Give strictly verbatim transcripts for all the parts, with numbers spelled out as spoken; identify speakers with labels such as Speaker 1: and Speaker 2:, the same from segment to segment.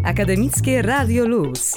Speaker 1: Akademickie Radio Luz.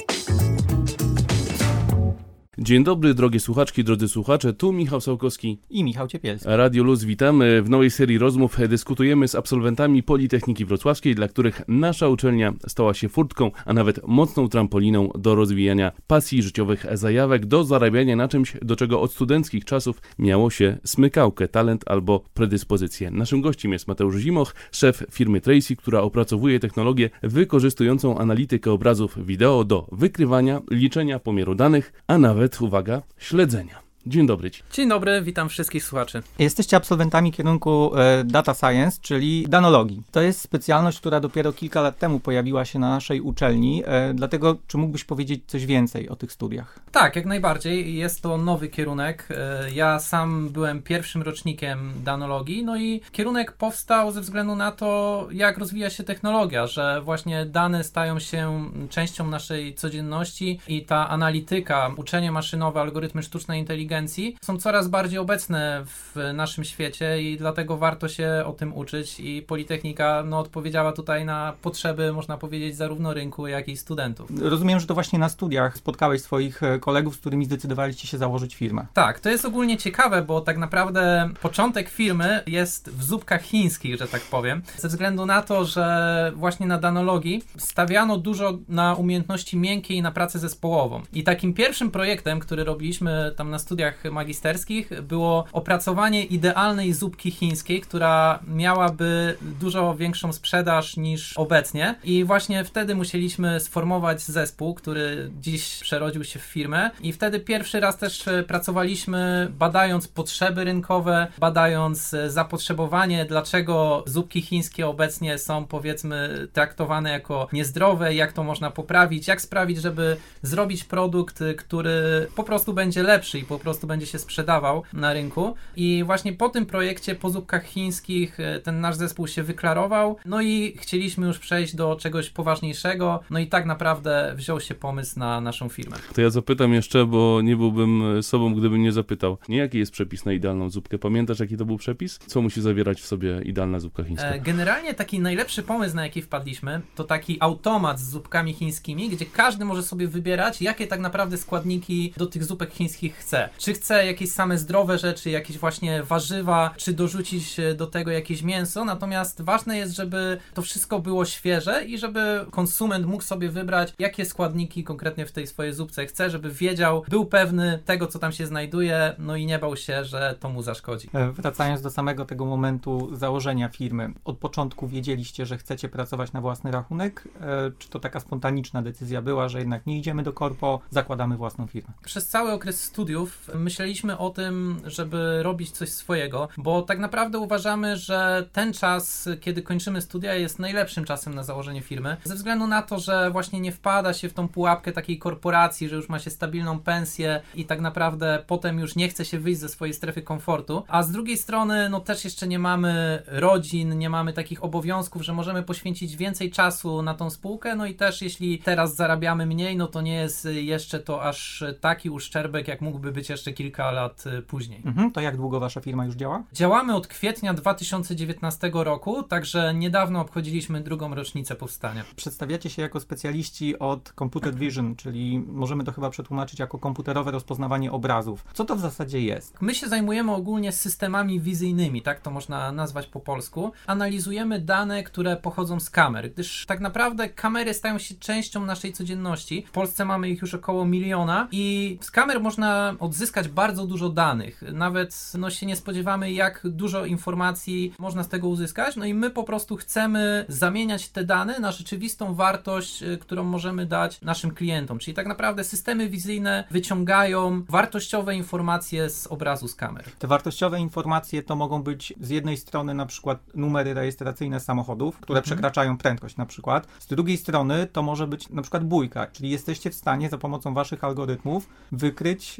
Speaker 2: Dzień dobry, drogie słuchaczki, drodzy słuchacze, tu Michał Sołkowski
Speaker 3: i Michał Ciepielski.
Speaker 2: Radio Luz, witamy. W nowej serii rozmów dyskutujemy z absolwentami Politechniki Wrocławskiej, dla których nasza uczelnia stała się furtką, a nawet mocną trampoliną do rozwijania pasji życiowych zajawek, do zarabiania na czymś, do czego od studenckich czasów miało się smykałkę, talent albo predyspozycję. Naszym gościem jest Mateusz Zimoch, szef firmy Tracy, która opracowuje technologię wykorzystującą analitykę obrazów wideo do wykrywania, liczenia, pomiaru danych, a nawet uwaga, śledzenia. Dzień dobry Ci.
Speaker 4: Dzień dobry, witam wszystkich słuchaczy.
Speaker 3: Jesteście absolwentami kierunku e, Data Science, czyli danologii. To jest specjalność, która dopiero kilka lat temu pojawiła się na naszej uczelni, e, dlatego czy mógłbyś powiedzieć coś więcej o tych studiach?
Speaker 4: Tak, jak najbardziej. Jest to nowy kierunek. E, ja sam byłem pierwszym rocznikiem danologii, no i kierunek powstał ze względu na to, jak rozwija się technologia, że właśnie dane stają się częścią naszej codzienności i ta analityka, uczenie maszynowe, algorytmy sztucznej inteligencji są coraz bardziej obecne w naszym świecie i dlatego warto się o tym uczyć i Politechnika no, odpowiedziała tutaj na potrzeby, można powiedzieć, zarówno rynku, jak i studentów.
Speaker 3: Rozumiem, że to właśnie na studiach spotkałeś swoich kolegów, z którymi zdecydowaliście się założyć firmę.
Speaker 4: Tak, to jest ogólnie ciekawe, bo tak naprawdę początek firmy jest w zupkach chińskich, że tak powiem, ze względu na to, że właśnie na danologii stawiano dużo na umiejętności miękkie i na pracę zespołową. I takim pierwszym projektem, który robiliśmy tam na studiach magisterskich, było opracowanie idealnej zupki chińskiej, która miałaby dużo większą sprzedaż niż obecnie i właśnie wtedy musieliśmy sformować zespół, który dziś przerodził się w firmę i wtedy pierwszy raz też pracowaliśmy badając potrzeby rynkowe, badając zapotrzebowanie, dlaczego zupki chińskie obecnie są powiedzmy traktowane jako niezdrowe, jak to można poprawić, jak sprawić, żeby zrobić produkt, który po prostu będzie lepszy i po prostu będzie się sprzedawał na rynku. I właśnie po tym projekcie, po zupkach chińskich, ten nasz zespół się wyklarował, no i chcieliśmy już przejść do czegoś poważniejszego, no i tak naprawdę wziął się pomysł na naszą firmę.
Speaker 2: To ja zapytam jeszcze, bo nie byłbym sobą, gdybym nie zapytał. Nie jaki jest przepis na idealną zupkę? Pamiętasz, jaki to był przepis? Co musi zawierać w sobie idealna zupka chińska?
Speaker 4: Generalnie taki najlepszy pomysł, na jaki wpadliśmy, to taki automat z zupkami chińskimi, gdzie każdy może sobie wybierać, jakie tak naprawdę składniki do tych zupek chińskich chce. Czy chce jakieś same zdrowe rzeczy, jakieś właśnie warzywa, czy dorzucić do tego jakieś mięso, natomiast ważne jest, żeby to wszystko było świeże i żeby konsument mógł sobie wybrać, jakie składniki konkretnie w tej swojej zupce chce, żeby wiedział, był pewny tego, co tam się znajduje, no i nie bał się, że to mu zaszkodzi.
Speaker 3: Wracając do samego tego momentu założenia firmy, od początku wiedzieliście, że chcecie pracować na własny rachunek? Czy to taka spontaniczna decyzja była, że jednak nie idziemy do korpo, zakładamy własną firmę?
Speaker 4: Przez cały okres studiów myśleliśmy o tym, żeby robić coś swojego, bo tak naprawdę uważamy, że ten czas, kiedy kończymy studia, jest najlepszym czasem na założenie firmy, ze względu na to, że właśnie nie wpada się w tą pułapkę takiej korporacji, że już ma się stabilną pensję i tak naprawdę potem już nie chce się wyjść ze swojej strefy komfortu, a z drugiej strony no też jeszcze nie mamy rodzin, nie mamy takich obowiązków, że możemy poświęcić więcej czasu na tą spółkę, no i też jeśli teraz zarabiamy mniej, no to nie jest jeszcze to aż taki uszczerbek, jak mógłby być jeszcze kilka lat później.
Speaker 3: Mhm, to jak długo wasza firma już działa?
Speaker 4: Działamy od kwietnia dwa tysiące dziewiętnastego roku, także niedawno obchodziliśmy drugą rocznicę powstania.
Speaker 3: Przedstawiacie się jako specjaliści od computer vision, czyli możemy to chyba przetłumaczyć jako komputerowe rozpoznawanie obrazów. Co to w zasadzie jest?
Speaker 4: My się zajmujemy ogólnie systemami wizyjnymi, tak to można nazwać po polsku. Analizujemy dane, które pochodzą z kamer, gdyż tak naprawdę kamery stają się częścią naszej codzienności. W Polsce mamy ich już około miliona i z kamer można odzyskać bardzo dużo danych. Nawet no, się nie spodziewamy, jak dużo informacji można z tego uzyskać. No i my po prostu chcemy zamieniać te dane na rzeczywistą wartość, którą możemy dać naszym klientom. Czyli tak naprawdę systemy wizyjne wyciągają wartościowe informacje z obrazu z kamer.
Speaker 3: Te wartościowe informacje to mogą być z jednej strony na przykład numery rejestracyjne samochodów, które mhm. przekraczają prędkość na przykład. Z drugiej strony to może być na przykład bójka, czyli jesteście w stanie za pomocą waszych algorytmów wykryć, gdy na przykład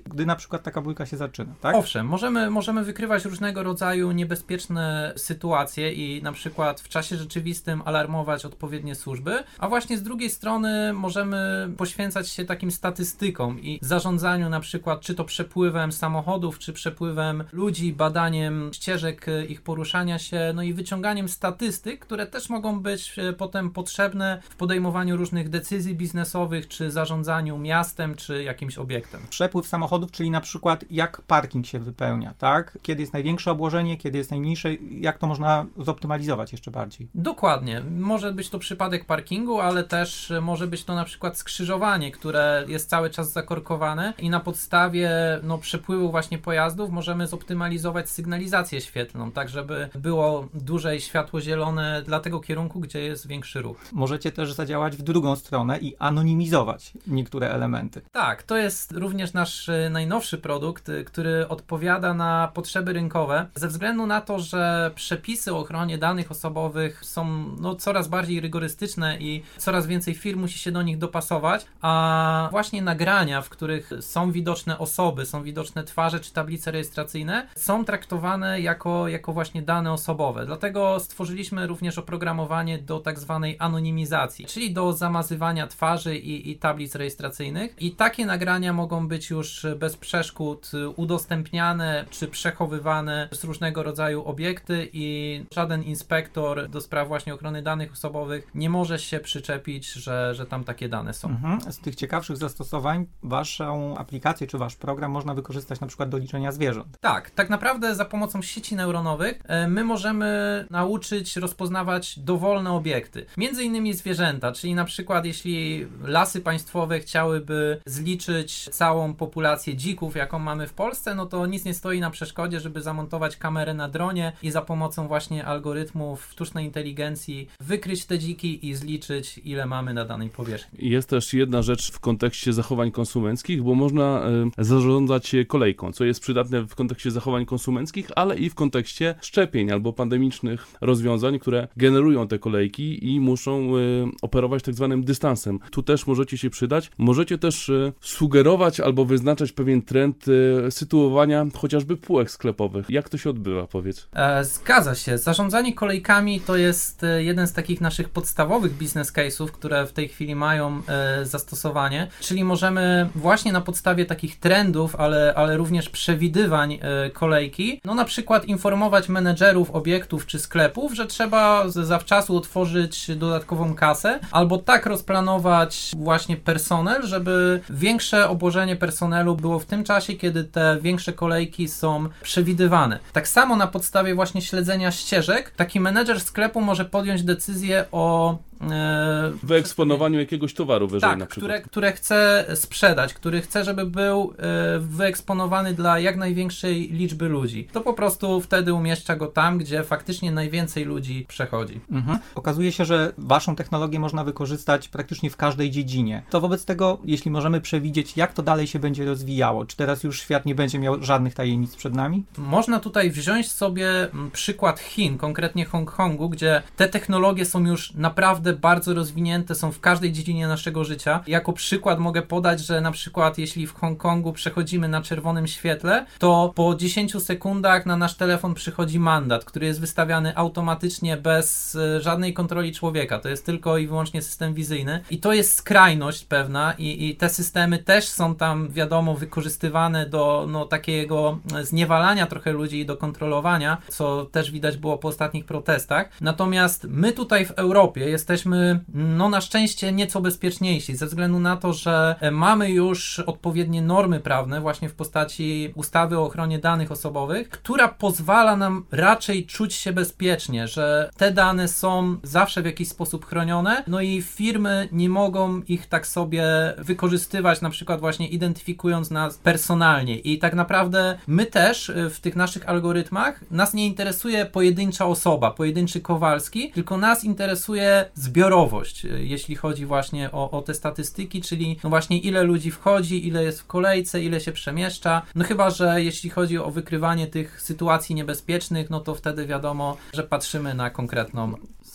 Speaker 3: przykład taka bójka się zaczyna, tak?
Speaker 4: Owszem, możemy, możemy wykrywać różnego rodzaju niebezpieczne sytuacje i na przykład w czasie rzeczywistym alarmować odpowiednie służby, a właśnie z drugiej strony możemy poświęcać się takim statystykom i zarządzaniu na przykład czy to przepływem samochodów, czy przepływem ludzi, badaniem ścieżek ich poruszania się, no i wyciąganiem statystyk, które też mogą być potem potrzebne w podejmowaniu różnych decyzji biznesowych, czy zarządzaniu miastem, czy jakimś obiektem.
Speaker 3: Przepływ samochodów, czyli na przykład jak parking się wypełnia, tak? Kiedy jest największe obłożenie, kiedy jest najmniejsze, jak to można zoptymalizować jeszcze bardziej?
Speaker 4: Dokładnie. Może być to przypadek parkingu, ale też może być to na przykład skrzyżowanie, które jest cały czas zakorkowane i na podstawie no, przepływu właśnie pojazdów możemy zoptymalizować sygnalizację świetlną, tak żeby było dłużej światło zielone dla tego kierunku, gdzie jest większy ruch.
Speaker 3: Możecie też zadziałać w drugą stronę i anonimizować niektóre elementy.
Speaker 4: Tak, to jest również nasz najnowszy produkt, który odpowiada na potrzeby rynkowe, ze względu na to, że przepisy o ochronie danych osobowych są no, coraz bardziej rygorystyczne i coraz więcej firm musi się do nich dopasować, a właśnie nagrania, w których są widoczne osoby, są widoczne twarze czy tablice rejestracyjne, są traktowane jako, jako właśnie dane osobowe. Dlatego stworzyliśmy również oprogramowanie do tak zwanej anonimizacji, czyli do zamazywania twarzy i, i tablic rejestracyjnych. I takie nagrania mogą być już bez przeszkód udostępniane czy przechowywane z różnego rodzaju obiekty i żaden inspektor do spraw właśnie ochrony danych osobowych nie może się przyczepić, że, że tam takie dane są.
Speaker 3: Mhm. Z tych ciekawszych zastosowań waszą aplikację czy wasz program można wykorzystać na przykład do liczenia zwierząt.
Speaker 4: Tak, tak naprawdę za pomocą sieci neuronowych my możemy nauczyć rozpoznawać dowolne obiekty. Między innymi zwierzęta, czyli na przykład jeśli lasy państwowe chciałyby zliczyć całą populację dzików, jaką mamy w Polsce, no to nic nie stoi na przeszkodzie, żeby zamontować kamerę na dronie i za pomocą właśnie algorytmów sztucznej inteligencji wykryć te dziki i zliczyć, ile mamy na danej powierzchni.
Speaker 2: Jest też jedna rzecz w kontekście zachowań konsumenckich, bo można y, zarządzać kolejką, co jest przydatne w kontekście zachowań konsumenckich, ale i w kontekście szczepień albo pandemicznych rozwiązań, które generują te kolejki i muszą y, operować tak zwanym dystansem. Tu też możecie się przydać. Możecie też y, sugerować albo wyznaczać pewien trend y, sytuowania chociażby półek sklepowych. Jak to się odbywa, powiedz?
Speaker 4: E, zgadza się. Zarządzanie kolejkami to jest jeden z takich naszych podstawowych business case'ów, które w tej chwili mają e, zastosowanie, czyli możemy właśnie na podstawie takich trendów, ale, ale również przewidywań e, kolejki, no na przykład informować menedżerów obiektów czy sklepów, że trzeba zawczasu otworzyć dodatkową kasę, albo tak rozplanować właśnie personel, żeby większe obłożenie personelu było w tym czasie, kiedy te większe kolejki są przewidywane. Tak samo na podstawie właśnie śledzenia ścieżek, taki menedżer sklepu może podjąć decyzję o
Speaker 2: e, wyeksponowaniu jakiegoś towaru wyżej
Speaker 4: tak,
Speaker 2: na przykład.
Speaker 4: Które, które chce sprzedać, który chce, żeby był e, wyeksponowany dla jak największej liczby ludzi. To po prostu wtedy umieszcza go tam, gdzie faktycznie najwięcej ludzi przechodzi.
Speaker 3: Mhm. Okazuje się, że waszą technologię można wykorzystać praktycznie w każdej dziedzinie. To wobec tego, jeśli możemy przewidzieć, jak to dalej się będzie rozwijało, czy teraz już świat nie będzie miał żadnych tajemnic przed nami?
Speaker 4: Można tutaj wziąć sobie przykład Chin, konkretnie Hongkongu, gdzie te technologie są już naprawdę bardzo rozwinięte, są w każdej dziedzinie naszego życia. Jako przykład mogę podać, że na przykład jeśli w Hongkongu przechodzimy na czerwonym świetle, to po dziesięciu sekundach na nasz telefon przychodzi mandat, który jest wystawiany automatycznie bez żadnej kontroli człowieka. To jest tylko i wyłącznie system wizyjny. I to jest skrajność pewna i, i te systemy też są tam, wiadomo, wykorzystywane do no, takiego zniewalania trochę ludzi i do kontrolowania, co też widać było po ostatnich protestach. Natomiast my tutaj w Europie jesteśmy, no na szczęście, nieco bezpieczniejsi, ze względu na to, że mamy już odpowiednie normy prawne właśnie w postaci ustawy o ochronie danych osobowych, która pozwala nam raczej czuć się bezpiecznie, że te dane są zawsze w jakiś sposób chronione, no i firmy nie mogą ich tak sobie wykorzystywać, na przykład właśnie identyfikując nas personalnie. I tak naprawdę my też w tych naszych algorytmach, nas nie interesuje pojedyncza osoba, pojedynczy Kowalski, tylko nas interesuje zbiorowość, jeśli chodzi właśnie o, o te statystyki, czyli no właśnie ile ludzi wchodzi, ile jest w kolejce, ile się przemieszcza. No chyba, że jeśli chodzi o wykrywanie tych sytuacji niebezpiecznych, no to wtedy wiadomo, że patrzymy na konkretną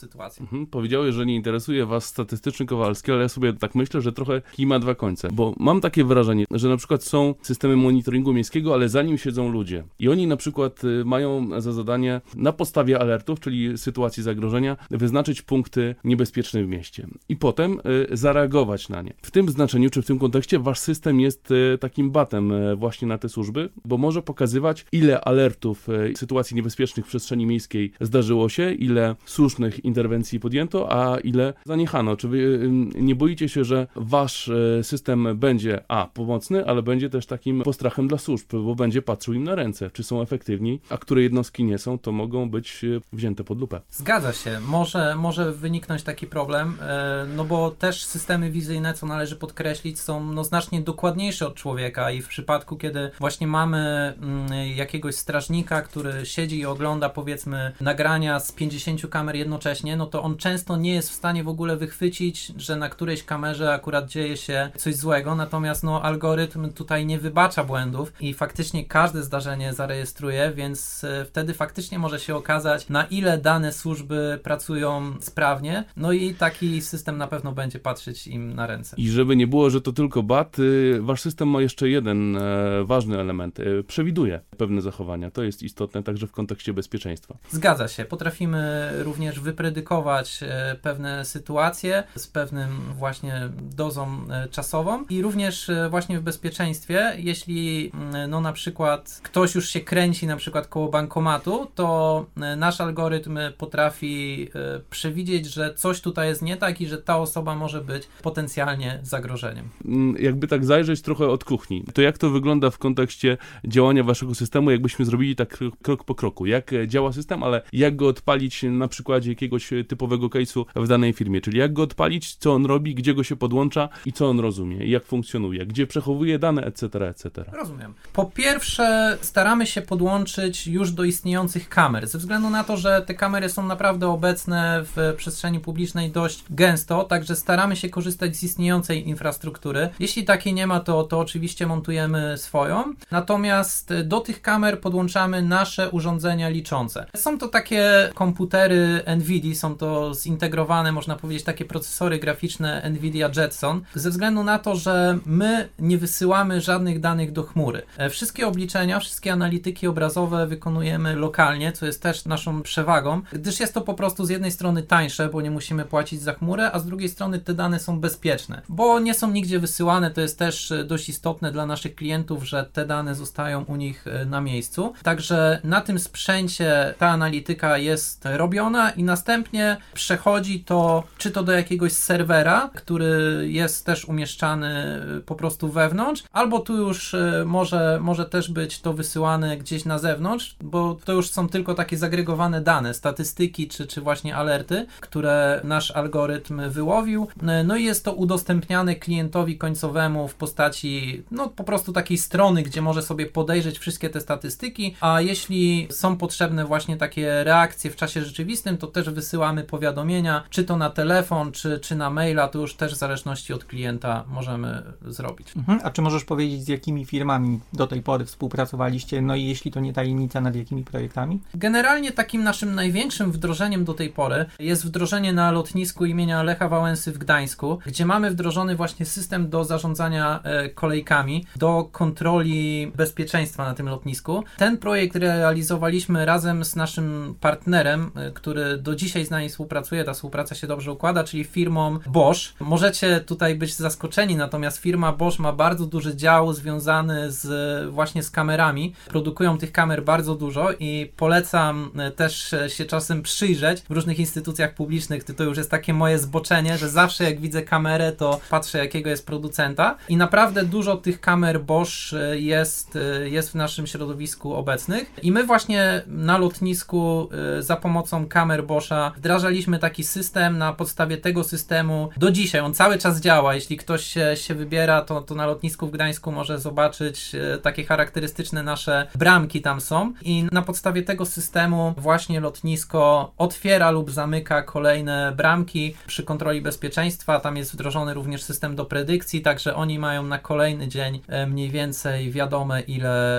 Speaker 4: sytuację.
Speaker 2: Mhm, powiedziałeś, że nie interesuje was statystyczny Kowalski, ale ja sobie tak myślę, że trochę kij ma dwa końce, bo mam takie wrażenie, że na przykład są systemy monitoringu miejskiego, ale za nim siedzą ludzie i oni na przykład mają za zadanie na podstawie alertów, czyli sytuacji zagrożenia, wyznaczyć punkty niebezpieczne w mieście i potem y, zareagować na nie. W tym znaczeniu, czy w tym kontekście wasz system jest y, takim batem y, właśnie na te służby, bo może pokazywać, ile alertów y, sytuacji niebezpiecznych w przestrzeni miejskiej zdarzyło się, ile słusznych interwencji podjęto, a ile zaniechano. Czy wy y, nie boicie się, że wasz y, system będzie a, pomocny, ale będzie też takim postrachem dla służb, bo będzie patrzył im na ręce, czy są efektywni, a które jednostki nie są, to mogą być y, wzięte pod lupę.
Speaker 4: Zgadza się. Może, może wyniknąć taki problem, no bo też systemy wizyjne, co należy podkreślić, są no znacznie dokładniejsze od człowieka i w przypadku, kiedy właśnie mamy jakiegoś strażnika, który siedzi i ogląda, powiedzmy, nagrania z pięćdziesięciu kamer jednocześnie, no to on często nie jest w stanie w ogóle wychwycić, że na którejś kamerze akurat dzieje się coś złego, natomiast no algorytm tutaj nie wybacza błędów i faktycznie każde zdarzenie zarejestruje, więc wtedy faktycznie może się okazać, na ile dane służby pracują sprawnie, no i taki system na pewno będzie patrzeć im na ręce.
Speaker 2: I żeby nie było, że to tylko bat, wasz system ma jeszcze jeden e, ważny element. E, przewiduje pewne zachowania. To jest istotne także w kontekście bezpieczeństwa.
Speaker 4: Zgadza się. Potrafimy również wypredykować e, pewne sytuacje z pewnym właśnie dozą e, czasową i również e, właśnie w bezpieczeństwie, jeśli e, no na przykład ktoś już się kręci na przykład koło bankomatu, to e, nasz algorytm potrafi e, przewidzieć, że coś tutaj jest nie tak i że ta osoba może być potencjalnie zagrożeniem.
Speaker 2: Jakby tak zajrzeć trochę od kuchni, to jak to wygląda w kontekście działania waszego systemu, jakbyśmy zrobili tak krok po kroku? Jak działa system, ale jak go odpalić na przykładzie jakiegoś typowego case'u w danej firmie? Czyli jak go odpalić, co on robi, gdzie go się podłącza i co on rozumie, i jak funkcjonuje, gdzie przechowuje dane, et cetera, et cetera.
Speaker 4: Rozumiem. Po pierwsze, staramy się podłączyć już do istniejących kamer, ze względu na to, że te kamery są naprawdę obecne w przestrzeni publicznej dość gęsto, także staramy się korzystać z istniejącej infrastruktury. Jeśli takiej nie ma, to, to oczywiście montujemy swoją, natomiast do tych kamer podłączamy nasze urządzenia liczące. Są to takie komputery NVIDIA, są to zintegrowane, można powiedzieć, takie procesory graficzne NVIDIA Jetson, ze względu na to, że my nie wysyłamy żadnych danych do chmury. Wszystkie obliczenia, wszystkie analityki obrazowe wykonujemy lokalnie, co jest też naszą przewagą, gdyż jest to po prostu z jednej strony tańsze, bo nie musimy płacić za chmurę, a z drugiej strony te dane są bezpieczne, bo nie są nigdzie wysyłane, to jest też dość istotne dla naszych klientów, że te dane zostają u nich na miejscu. Także na tym sprzęcie ta analityka jest robiona i następnie przechodzi to czy to do jakiegoś serwera, który jest też umieszczany po prostu wewnątrz, albo tu już może, może też być to wysyłane gdzieś na zewnątrz, bo to już są tylko takie zagregowane dane, statystyki czy, czy właśnie alerty, które nasz algorytm wyłowił. No i jest to udostępniane klientowi końcowemu w postaci no po prostu takiej strony, gdzie może sobie podejrzeć wszystkie te statystyki, a jeśli są potrzebne właśnie takie reakcje w czasie rzeczywistym, to też wysyłamy powiadomienia, czy to na telefon, czy, czy na maila, to już też w zależności od klienta możemy zrobić.
Speaker 3: Mhm. A czy możesz powiedzieć, z jakimi firmami do tej pory współpracowaliście? No i jeśli to nie tajemnica, nad jakimi projektami?
Speaker 4: Generalnie takim naszym największym wdrożeniem do tej pory jest wdrożenie na lotnisku imienia Lecha Wałęsy w Gdańsku, gdzie mamy wdrożony właśnie system do zarządzania e, kolejkami, do kontroli bezpieczeństwa na tym lotnisku. Ten projekt realizowaliśmy razem z naszym partnerem, e, który do dzisiaj z nami współpracuje, ta współpraca się dobrze układa, czyli firmą Bosch. Możecie tutaj być zaskoczeni, natomiast firma Bosch ma bardzo duży dział związany z właśnie z kamerami. Produkują tych kamer bardzo dużo i polecam też się czasem przyjrzeć w różnych instytucjach publicznych. To już jest takie moje zboczenie, że zawsze jak widzę kamerę, to patrzę, jakiego jest producenta i naprawdę dużo tych kamer Bosch jest, jest w naszym środowisku obecnych i my właśnie na lotnisku za pomocą kamer Boscha wdrażaliśmy taki system. Na podstawie tego systemu do dzisiaj on cały czas działa. Jeśli ktoś się, się wybiera, to, to na lotnisku w Gdańsku może zobaczyć takie charakterystyczne nasze bramki tam są i na podstawie tego systemu właśnie lotnisko otwiera lub zamyka kolejne bramki przy kontroli bezpieczeństwa. Tam jest wdrożony również system do predykcji, także oni mają na kolejny dzień mniej więcej wiadome, ile tych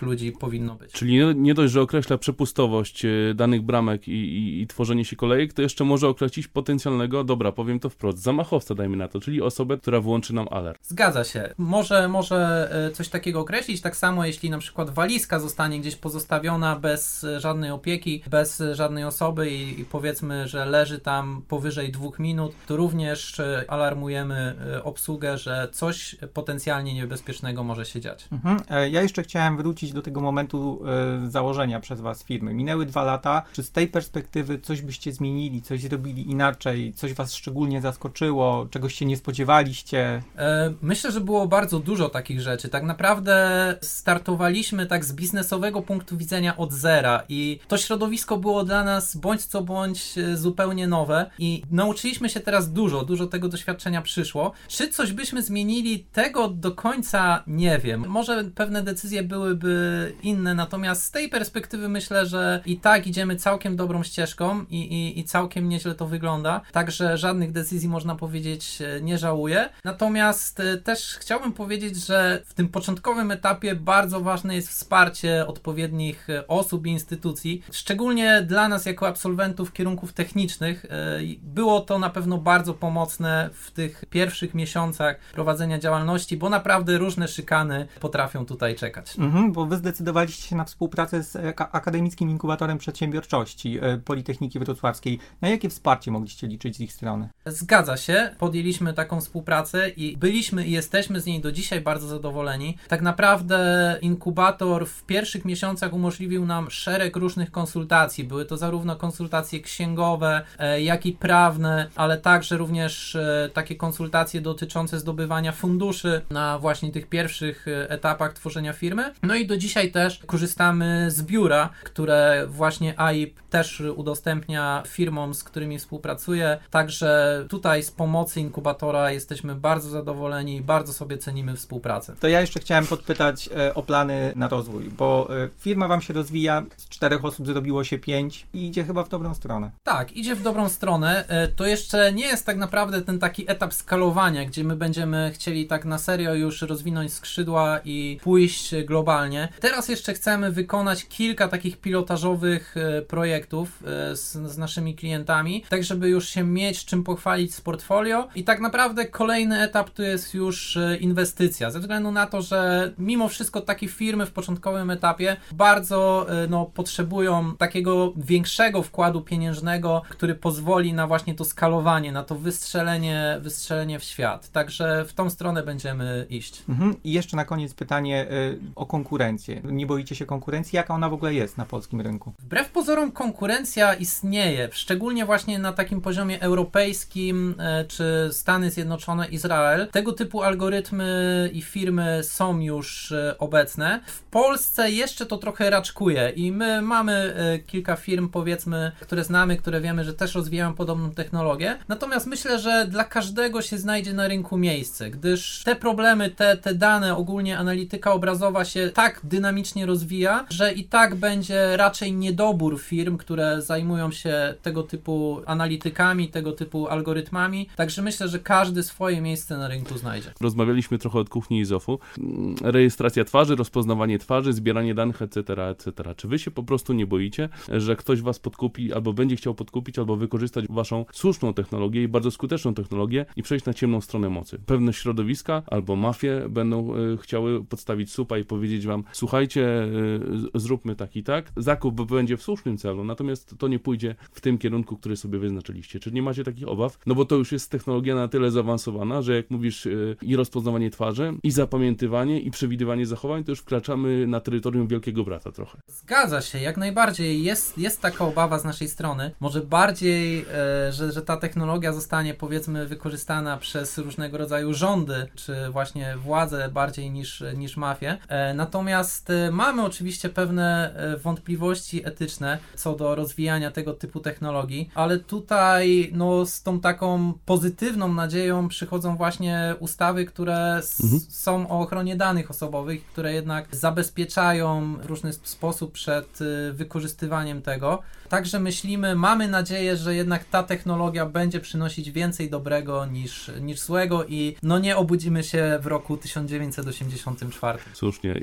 Speaker 4: ludzi powinno być.
Speaker 2: Czyli nie, nie dość, że określa przepustowość danych bramek i, i, i tworzenie się kolejek, to jeszcze może określić potencjalnego, dobra, powiem to wprost, zamachowca, dajmy na to, czyli osobę, która włączy nam alarm.
Speaker 4: Zgadza się. Może, może coś takiego określić, tak samo jeśli na przykład walizka zostanie gdzieś pozostawiona bez żadnej opieki, bez żadnej osoby i, i powiedzmy, że leży tam powyżej dwóch minut, to również alarmujemy obsługę, że coś potencjalnie niebezpiecznego może się dziać.
Speaker 3: Mhm. Ja jeszcze chciałem wrócić do tego momentu e, założenia przez was firmy. Minęły dwa lata. Czy z tej perspektywy coś byście zmienili, coś zrobili inaczej, coś was szczególnie zaskoczyło, czegoś się nie spodziewaliście?
Speaker 4: E, myślę, że było bardzo dużo takich rzeczy. Tak naprawdę startowaliśmy tak z biznesowego punktu widzenia od zera i to środowisko było dla nas bądź co bądź zupełnie nowe i nauczyliśmy się teraz dużo, dużo tego doświadczenia przyszło. Czy coś byśmy zmienili? Tego do końca nie wiem. Może pewne decyzje byłyby inne, natomiast z tej perspektywy myślę, że i tak idziemy całkiem dobrą ścieżką i, i, i całkiem nieźle to wygląda. Także żadnych decyzji, można powiedzieć, nie żałuję. Natomiast też chciałbym powiedzieć, że w tym początkowym etapie bardzo ważne jest wsparcie odpowiednich osób i instytucji. Szczególnie dla nas jako absolwentów kierunków technicznych było to na pewno bardzo pomocne w tych pierwszych miesiącach prowadzenia działalności, bo naprawdę różne szykany potrafią tutaj czekać.
Speaker 3: Mhm, bo wy zdecydowaliście się na współpracę z Akademickim Inkubatorem Przedsiębiorczości Politechniki Wrocławskiej. Na jakie wsparcie mogliście liczyć z ich strony?
Speaker 4: Zgadza się. Podjęliśmy taką współpracę i byliśmy i jesteśmy z niej do dzisiaj bardzo zadowoleni. Tak naprawdę inkubator w pierwszych miesiącach umożliwił nam szereg różnych konsultacji. Były to zarówno konsultacje księgowe, jak i prawne, ale także również takie konsultacje dotyczące zdobywania funduszy na właśnie tych pierwszych etapach tworzenia firmy. No i do dzisiaj też korzystamy z biura, które właśnie A I P też udostępnia firmom, z którymi współpracuje. Także tutaj z pomocy inkubatora jesteśmy bardzo zadowoleni i bardzo sobie cenimy współpracę.
Speaker 3: To ja jeszcze chciałem podpytać e, o plany na rozwój, bo e, firma wam się rozwija, z czterech osób zrobiło się pięć i idzie chyba w dobrą stronę.
Speaker 4: Tak, idzie w dobrą stronę. E, to jeszcze nie jest tak naprawdę ten taki etap skalowania, gdzie my będziemy chcieli tak na serio już rozwinąć skrzydła i pójść globalnie. Teraz jeszcze chcemy wykonać kilka takich pilotażowych e, projektów e, z, z naszymi klientami, tak żeby już się mieć czym pochwalić z portfolio i tak naprawdę kolejny etap to jest już e, inwestycja, ze względu na to, że mimo wszystko takie firmy w początkowym etapie bardzo e, no, potrzebują takiego większego wkładu pieniężnego, który pozwoli na właśnie to skalowanie, na to wystrzelenie, wystrzelenie w świat. Także w tą stronę będziemy iść.
Speaker 3: Mhm. I jeszcze na koniec pytanie y, o konkurencję. Nie boicie się konkurencji? Jaka ona w ogóle jest na polskim rynku?
Speaker 4: Wbrew pozorom konkurencja istnieje, szczególnie właśnie na takim poziomie europejskim, y, czy Stany Zjednoczone, Izrael. Tego typu algorytmy i firmy są już y, obecne. W Polsce jeszcze to trochę raczkuje i my mamy y, kilka firm, powiedzmy, które znamy, które wiemy, że też rozwijają podobną technologię. Natomiast myślę, że dla każdego się znajdzie na rynku miejsce, gdyż te problemy, te, te dane, ogólnie analityka obrazowa się tak dynamicznie rozwija, że i tak będzie raczej niedobór firm, które zajmują się tego typu analitykami, tego typu algorytmami. Także myślę, że każdy swoje miejsce na rynku znajdzie.
Speaker 2: Rozmawialiśmy trochę od kuchni Izofu. Rejestracja twarzy, rozpoznawanie twarzy, zbieranie danych, et cetera, et cetera. Czy wy się po prostu nie boicie, że ktoś was podkupi, albo będzie chciał podkupić, albo wykorzystać waszą słuszną technologię i bardzo skuteczną technologię i przejść na ciemną stronę mocy? Pewne środowiska albo mafie będą y, chciały podstawić słupa i powiedzieć wam, słuchajcie, y, zróbmy tak i tak. Zakup będzie w słusznym celu, natomiast to nie pójdzie w tym kierunku, który sobie wyznaczyliście. Czy nie macie takich obaw? No bo to już jest technologia na tyle zaawansowana, że jak mówisz y, i rozpoznawanie twarzy, i zapamiętywanie, i przewidywanie zachowań, to już wkraczamy na terytorium Wielkiego Brata trochę.
Speaker 4: Zgadza się, jak najbardziej. Jest, jest taka obawa z naszej strony. Może bardziej, e, że, że ta technologia zostanie, powiedzmy, wykorzystana przez różnego rodzaju rządy, czy właśnie władze bardziej niż, niż mafię. E, natomiast e, mamy oczywiście pewne e, wątpliwości etyczne co do rozwijania tego typu technologii, ale tutaj no, z tą taką pozytywną nadzieją przychodzą właśnie ustawy, które s- mhm. są o ochronie danych osobowych, które jednak zabezpieczają w różny sposób przed y, wykorzystywaniem tego. Także myślimy, mamy nadzieję, że jednak ta technologia będzie przynosić więcej dobrego niż, niż złego i no nie obudzimy się w roku tysiąc dziewięćset osiemdziesiątym czwartym.
Speaker 2: Słusznie.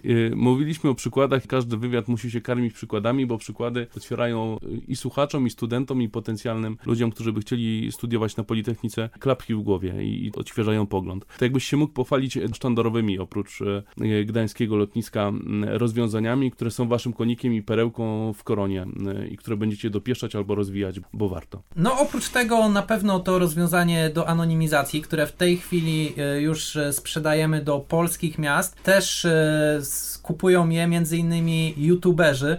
Speaker 2: Mówiliśmy o przykładach, każdy wywiad musi się karmić przykładami, bo przykłady otwierają i słuchaczom, i studentom, i potencjalnym ludziom, którzy by chcieli studiować na Politechnice, klapki w głowie i odświeżają pogląd. To jakbyś się mógł pochwalić sztandarowymi, oprócz gdańskiego lotniska, rozwiązaniami, które są waszym konikiem i perełką w koronie i które będziecie dopieszczać albo rozwijać, bo warto.
Speaker 4: No oprócz tego na pewno to rozwiązanie do anonimizacji, które w tej chwili już sprzedajemy do polskich miast, też kupują je między innymi youtuberzy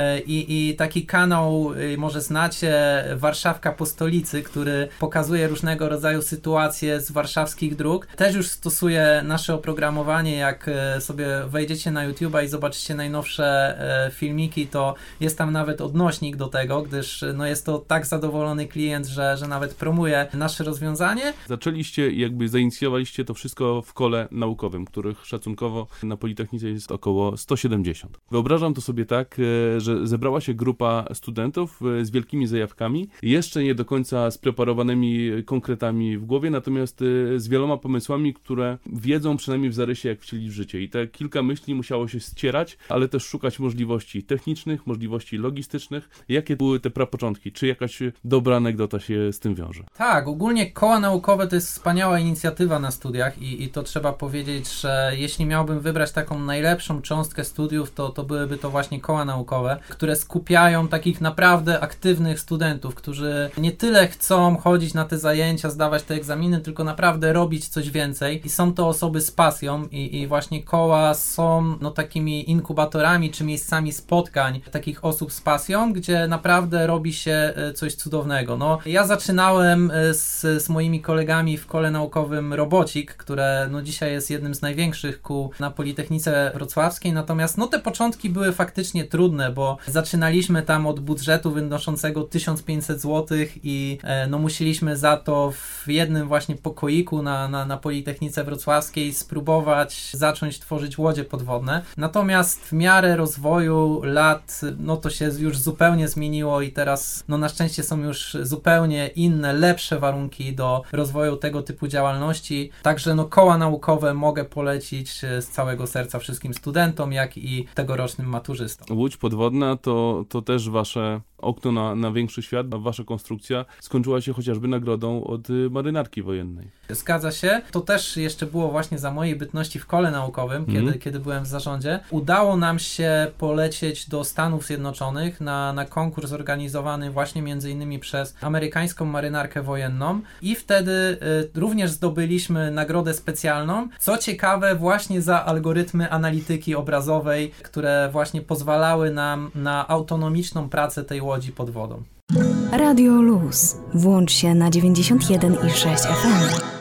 Speaker 4: i, i taki kanał, może znacie, Warszawka po stolicy, który pokazuje różnego rodzaju sytuacje z warszawskich dróg. Też już stosuje nasze oprogramowanie, jak sobie wejdziecie na YouTube'a i zobaczycie najnowsze filmiki, to jest tam nawet odnośnik do tego, gdyż no jest to tak zadowolony klient, że, że nawet promuje nasze rozwiązanie.
Speaker 2: Zaczęliście, jakby zainicjowaliście to wszystko w kole naukowym, których szacunkowo na Politechnice jest około sto siedemdziesiąt. Wyobrażam to sobie tak, że zebrała się grupa studentów z wielkimi zajawkami, jeszcze nie do końca spreparowanymi konkretami w głowie, natomiast z wieloma pomysłami, które wiedzą przynajmniej w zarysie, jak wcielić w życie. I te kilka myśli musiało się ścierać, ale też szukać możliwości technicznych, możliwości logistycznych. Jakie były te prapoczątki? Czy jakaś dobra anegdota się z tym wiąże?
Speaker 4: Tak, ogólnie koła naukowe to jest wspaniała inicjatywa na studiach i, i to trzeba powiedzieć, że jeśli miałbym wybrać taką najlepszą cząstkę studiów, to, to byłyby to właśnie koła naukowe, które skupiają takich naprawdę aktywnych studentów, którzy nie tyle chcą chodzić na te zajęcia, zdawać te egzaminy, tylko naprawdę robić coś więcej i są to osoby z pasją i, i właśnie koła są no takimi inkubatorami czy miejscami spotkań takich osób z pasją, gdzie naprawdę robi się coś cudownego. No, ja zaczynałem z, z moimi kolegami w kole naukowym Robocik, które no dzisiaj jest jednym z największych kół na Politechnice Wrocławskiej, natomiast no te początki były faktycznie trudne, bo zaczynaliśmy tam od budżetu wynoszącego tysiąc pięćset złotych i e, no musieliśmy za to w jednym właśnie pokoiku na, na, na Politechnice Wrocławskiej spróbować zacząć tworzyć łodzie podwodne. Natomiast w miarę rozwoju lat, no to się już zupełnie zmieniło i teraz no na szczęście są już zupełnie inne, lepsze warunki do rozwoju tego typu działalności. Także no koła naukowe mogę polecić z całego serca wszystkim studentom, jak i tegorocznym maturzystom.
Speaker 2: Łódź podwodna to, to też wasze okno na, na większy świat, a wasza konstrukcja skończyła się chociażby nagrodą od marynarki wojennej.
Speaker 4: Zgadza się. To też jeszcze było właśnie za mojej bytności w kole naukowym, mm. kiedy, kiedy byłem w zarządzie. Udało nam się polecieć do Stanów Zjednoczonych na, na konkurs organizowany właśnie między innymi przez amerykańską marynarkę wojenną i wtedy y, również zdobyliśmy nagrodę specjalną. Co ciekawe, właśnie za algorytmy analityki obrazowej, które właśnie pozwalały nam na autonomiczną pracę tej łodzi pod wodą.
Speaker 1: Radio Luz. Włącz się na dziewięćdziesiąt jeden i sześć F M.